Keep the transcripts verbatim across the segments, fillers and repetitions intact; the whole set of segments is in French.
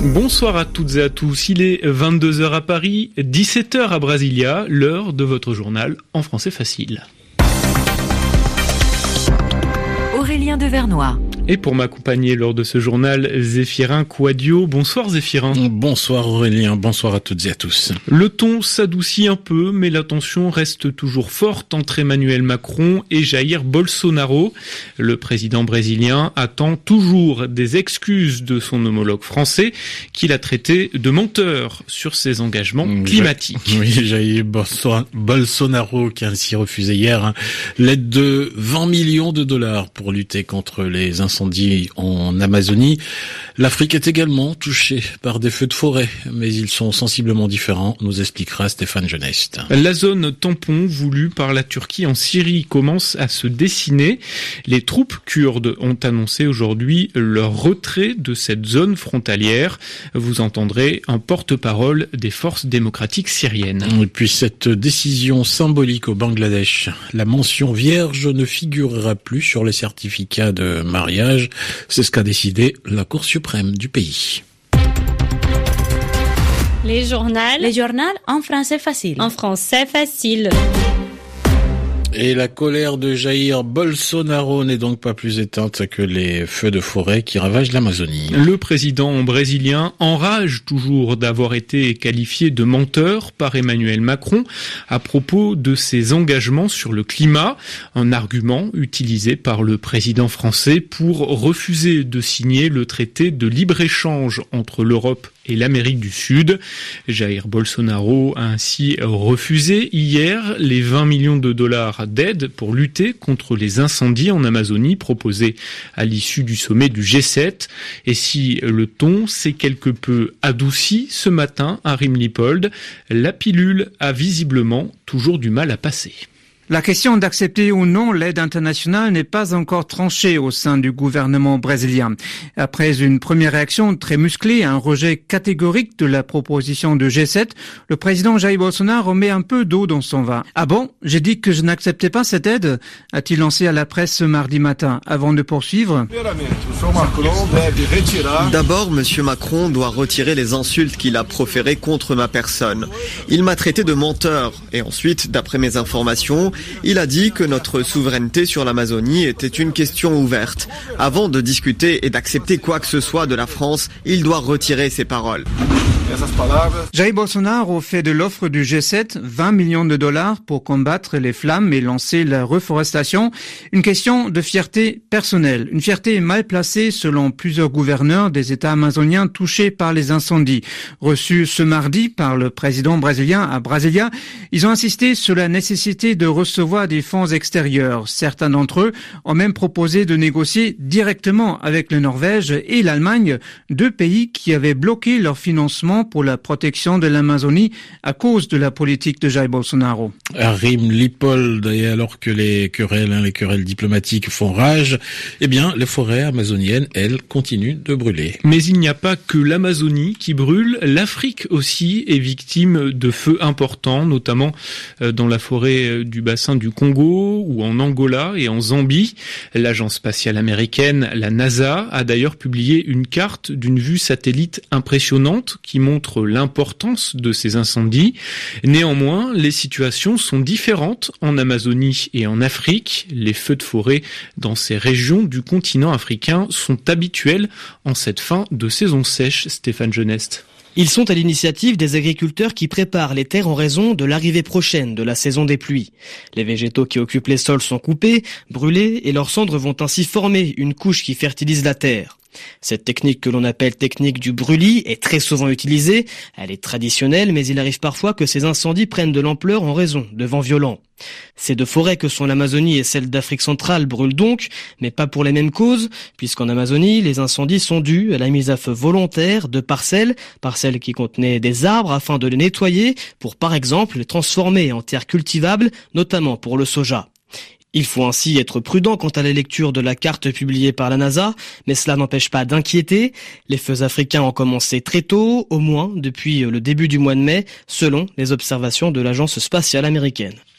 Bonsoir à toutes et à tous, il est vingt-deux heures à Paris, dix-sept heures à Brasilia, l'heure de votre journal en français facile. Aurélien Devernois. Et pour m'accompagner lors de ce journal, Zéphirin Quadio. Bonsoir Zéphirin. Bonsoir Aurélien, bonsoir à toutes et à tous. Le ton s'adoucit un peu, mais la tension reste toujours forte entre Emmanuel Macron et Jair Bolsonaro. Le président brésilien attend toujours des excuses de son homologue français, qu'il a traité de menteur sur ses engagements climatiques. Oui, Jair Bolsonaro qui a ainsi refusé hier hein, l'aide de vingt millions de dollars pour lutter contre les incendies en Amazonie. L'Afrique est également touchée par des feux de forêt, mais ils sont sensiblement différents, nous expliquera Stéphane Genest. La zone tampon voulue par la Turquie en Syrie commence à se dessiner. Les troupes kurdes ont annoncé aujourd'hui leur retrait de cette zone frontalière. Vous entendrez un porte-parole des forces démocratiques syriennes. Et puis cette décision symbolique au Bangladesh. La mention vierge ne figurera plus sur les certificats de mariage. C'est ce qu'a décidé la Cour suprême du pays. Les journaux. Les journaux en français facile. En français facile. Et la colère de Jair Bolsonaro n'est donc pas plus éteinte que les feux de forêt qui ravagent l'Amazonie. Le président brésilien enrage toujours d'avoir été qualifié de menteur par Emmanuel Macron à propos de ses engagements sur le climat, un argument utilisé par le président français pour refuser de signer le traité de libre-échange entre l'Europe et l'Amérique du Sud. Jair Bolsonaro a ainsi refusé hier les vingt millions de dollars d'aide pour lutter contre les incendies en Amazonie proposés à l'issue du sommet du G sept. Et si le ton s'est quelque peu adouci ce matin à Rimlipold, la pilule a visiblement toujours du mal à passer. La question d'accepter ou non l'aide internationale n'est pas encore tranchée au sein du gouvernement brésilien. Après une première réaction très musclée, un rejet catégorique de la proposition de G sept, le président Jair Bolsonaro met un peu d'eau dans son vin. « Ah bon, j'ai dit que je n'acceptais pas cette aide ?» a-t-il lancé à la presse ce mardi matin, avant de poursuivre. D'abord, M. Macron doit retirer les insultes qu'il a proférées contre ma personne. Il m'a traité de menteur et ensuite, d'après mes informations, il a dit que notre souveraineté sur l'Amazonie était une question ouverte. Avant de discuter et d'accepter quoi que ce soit de la France, il doit retirer ses paroles. Jair Bolsonaro fait de l'offre du G sept vingt millions de dollars pour combattre les flammes et lancer la reforestation. Une question de fierté personnelle. Une fierté mal placée selon plusieurs gouverneurs des États amazoniens touchés par les incendies. Reçus ce mardi par le président brésilien à Brasilia, ils ont insisté sur la nécessité de recevoir des fonds extérieurs. Certains d'entre eux ont même proposé de négocier directement avec le Norvège et l'Allemagne, deux pays qui avaient bloqué leur financement pour la protection de l'Amazonie à cause de la politique de Jair Bolsonaro. À Rimlipold, et alors que les querelles, hein, les querelles diplomatiques font rage, eh bien, les forêts amazoniennes, elles, continuent de brûler. Mais il n'y a pas que l'Amazonie qui brûle, l'Afrique aussi est victime de feux importants, notamment dans la forêt du bassin du Congo ou en Angola et en Zambie. L'agence spatiale américaine, la NASA, a d'ailleurs publié une carte d'une vue satellite impressionnante qui montre l'importance de ces incendies. Néanmoins, les situations sont différentes en Amazonie et en Afrique. Les feux de forêt dans ces régions du continent africain sont habituels en cette fin de saison sèche. Stéphane Genest. Ils sont à l'initiative des agriculteurs qui préparent les terres en raison de l'arrivée prochaine de la saison des pluies. Les végétaux qui occupent les sols sont coupés, brûlés et leurs cendres vont ainsi former une couche qui fertilise la terre. Cette technique que l'on appelle technique du brûlis est très souvent utilisée. Elle est traditionnelle, mais il arrive parfois que ces incendies prennent de l'ampleur en raison de vents violents. Ces deux forêts que sont l'Amazonie et celle d'Afrique centrale brûlent donc, mais pas pour les mêmes causes, puisqu'en Amazonie, les incendies sont dus à la mise à feu volontaire de parcelles, parcelles qui contenaient des arbres afin de les nettoyer pour par exemple les transformer en terres cultivables, notamment pour le soja. Il faut ainsi être prudent quant à la lecture de la carte publiée par la NASA, mais cela n'empêche pas d'inquiéter. Les feux africains ont commencé très tôt, au moins depuis le début du mois de mai, selon les observations de l'agence spatiale américaine.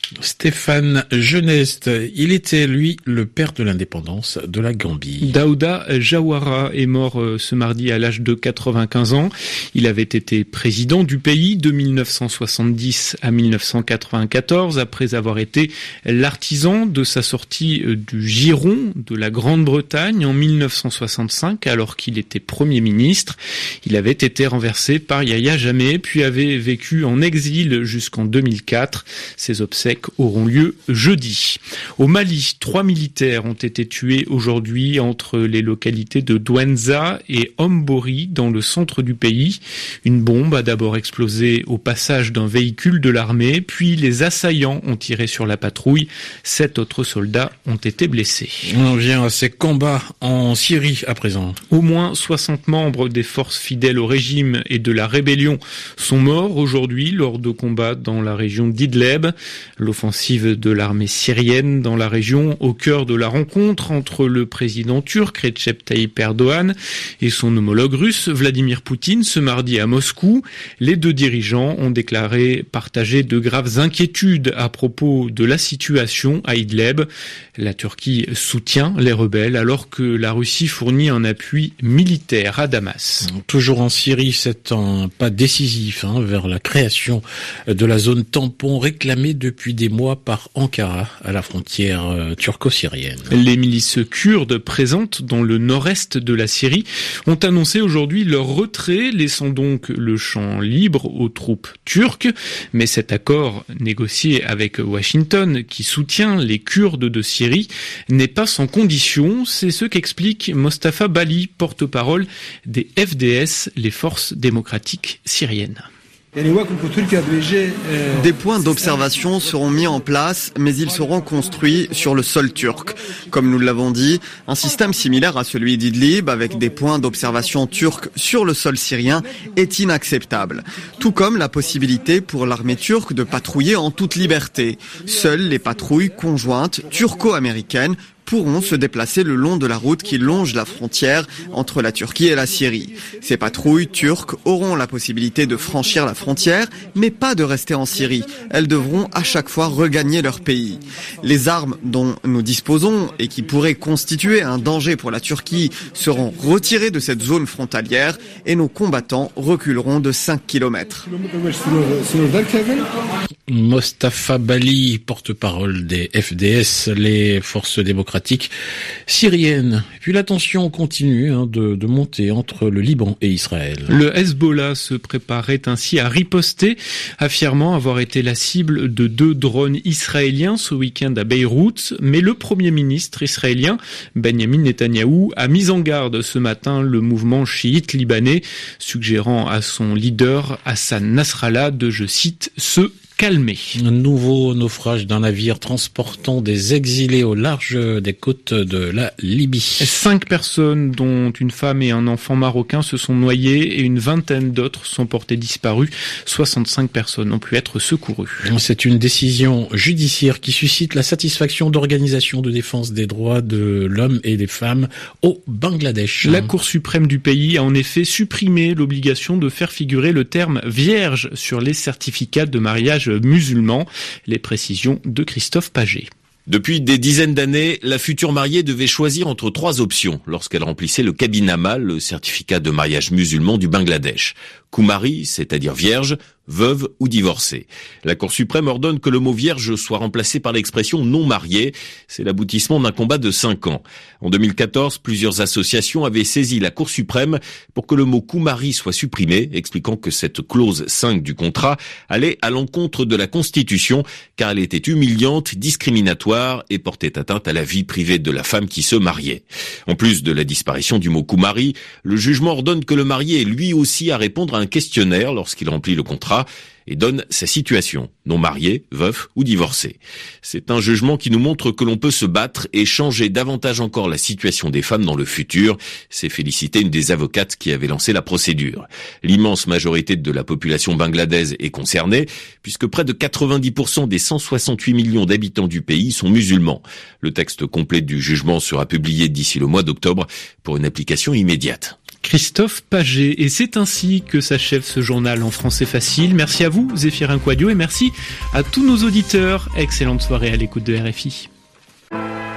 Stéphane Geneste, il était, lui, le père de l'indépendance de la Gambie. Daouda Jawara est mort ce mardi à l'âge de quatre-vingt-quinze ans. Il avait été président du pays de mille neuf cent soixante-dix à mille neuf cent quatre-vingt-quatorze, après avoir été l'artisan de sa sortie du giron de la Grande-Bretagne en mille neuf cent soixante-cinq, alors qu'il était Premier ministre. Il avait été renversé par Yahya Jammeh, puis avait vécu en exil jusqu'en deux mille quatre. Ses obsèques auront lieu jeudi. Au Mali, trois militaires ont été tués aujourd'hui entre les localités de Douentza et Ombori dans le centre du pays. Une bombe a d'abord explosé au passage d'un véhicule de l'armée, puis les assaillants ont tiré sur la patrouille. Sept autres soldats ont été blessés. On vient à ces combats en Syrie à présent. Au moins soixante membres des forces fidèles au régime et de la rébellion sont morts aujourd'hui lors de combats dans la région d'Idleb. L'offensive de l'armée syrienne dans la région, au cœur de la rencontre entre le président turc Recep Tayyip Erdogan et son homologue russe Vladimir Poutine ce mardi à Moscou. Les deux dirigeants ont déclaré partager de graves inquiétudes à propos de la situation à Idleb. La Turquie soutient les rebelles alors que la Russie fournit un appui militaire à Damas. Toujours en Syrie, c'est un pas décisif hein, vers la création de la zone tampon réclamée depuis des mois par Ankara à la frontière euh, turco-syrienne. Les milices kurdes présentes dans le nord-est de la Syrie ont annoncé aujourd'hui leur retrait, laissant donc le champ libre aux troupes turques. Mais cet accord négocié avec Washington, qui soutient les Kurdes de Syrie, n'est pas sans condition. C'est ce qu'explique Mostafa Bali, porte-parole des F D S, les forces démocratiques syriennes. Des points d'observation seront mis en place, mais ils seront construits sur le sol turc. Comme nous l'avons dit, un système similaire à celui d'Idlib, avec des points d'observation turcs sur le sol syrien, est inacceptable. Tout comme la possibilité pour l'armée turque de patrouiller en toute liberté. Seules les patrouilles conjointes turco-américaines pourront se déplacer le long de la route qui longe la frontière entre la Turquie et la Syrie. Ces patrouilles turques auront la possibilité de franchir la frontière, mais pas de rester en Syrie. Elles devront à chaque fois regagner leur pays. Les armes dont nous disposons et qui pourraient constituer un danger pour la Turquie seront retirées de cette zone frontalière et nos combattants reculeront de cinq kilomètres. Mostafa Bali, porte-parole des F D S, les forces démocratiques syriennes. Et puis la tension continue hein, de, de monter entre le Liban et Israël. Le Hezbollah se préparait ainsi à riposter, affirmant avoir été la cible de deux drones israéliens ce week-end à Beyrouth. Mais le Premier ministre israélien, Benjamin Netanyahou, a mis en garde ce matin le mouvement chiite libanais, suggérant à son leader Hassan Nasrallah de, je cite, se calmer. Un nouveau naufrage d'un navire transportant des exilés au large des côtes de la Libye. Cinq personnes, dont une femme et un enfant marocain, se sont noyées et une vingtaine d'autres sont portées disparues. soixante-cinq personnes ont pu être secourues. C'est une décision judiciaire qui suscite la satisfaction d'organisations de défense des droits de l'homme et des femmes au Bangladesh. La Cour suprême du pays a en effet supprimé l'obligation de faire figurer le terme vierge sur les certificats de mariage musulmans. Les précisions de Christophe Paget. Depuis des dizaines d'années, la future mariée devait choisir entre trois options lorsqu'elle remplissait le kabinama, le certificat de mariage musulman du Bangladesh. Kumari, c'est-à-dire vierge, veuve ou divorcée. La Cour suprême ordonne que le mot vierge soit remplacé par l'expression non mariée. C'est l'aboutissement d'un combat de cinq ans. En deux mille quatorze, plusieurs associations avaient saisi la Cour suprême pour que le mot Kumari soit supprimé, expliquant que cette clause cinq du contrat allait à l'encontre de la Constitution, car elle était humiliante, discriminatoire et portait atteinte à la vie privée de la femme qui se mariait. En plus de la disparition du mot Kumari, le jugement ordonne que le marié ait lui aussi à répondre à un questionnaire lorsqu'il remplit le contrat et donne sa situation, non marié, veuf ou divorcé. C'est un jugement qui nous montre que l'on peut se battre et changer davantage encore la situation des femmes dans le futur, s'est félicité une des avocates qui avait lancé la procédure. L'immense majorité de la population bangladaise est concernée, puisque près de quatre-vingt-dix pour cent des cent soixante-huit millions d'habitants du pays sont musulmans. Le texte complet du jugement sera publié d'ici le mois d'octobre pour une application immédiate. Christophe Paget. Et c'est ainsi que s'achève ce journal en français facile. Merci à vous, Zéphirin Quadio, et merci à tous nos auditeurs. Excellente soirée à l'écoute de R F I.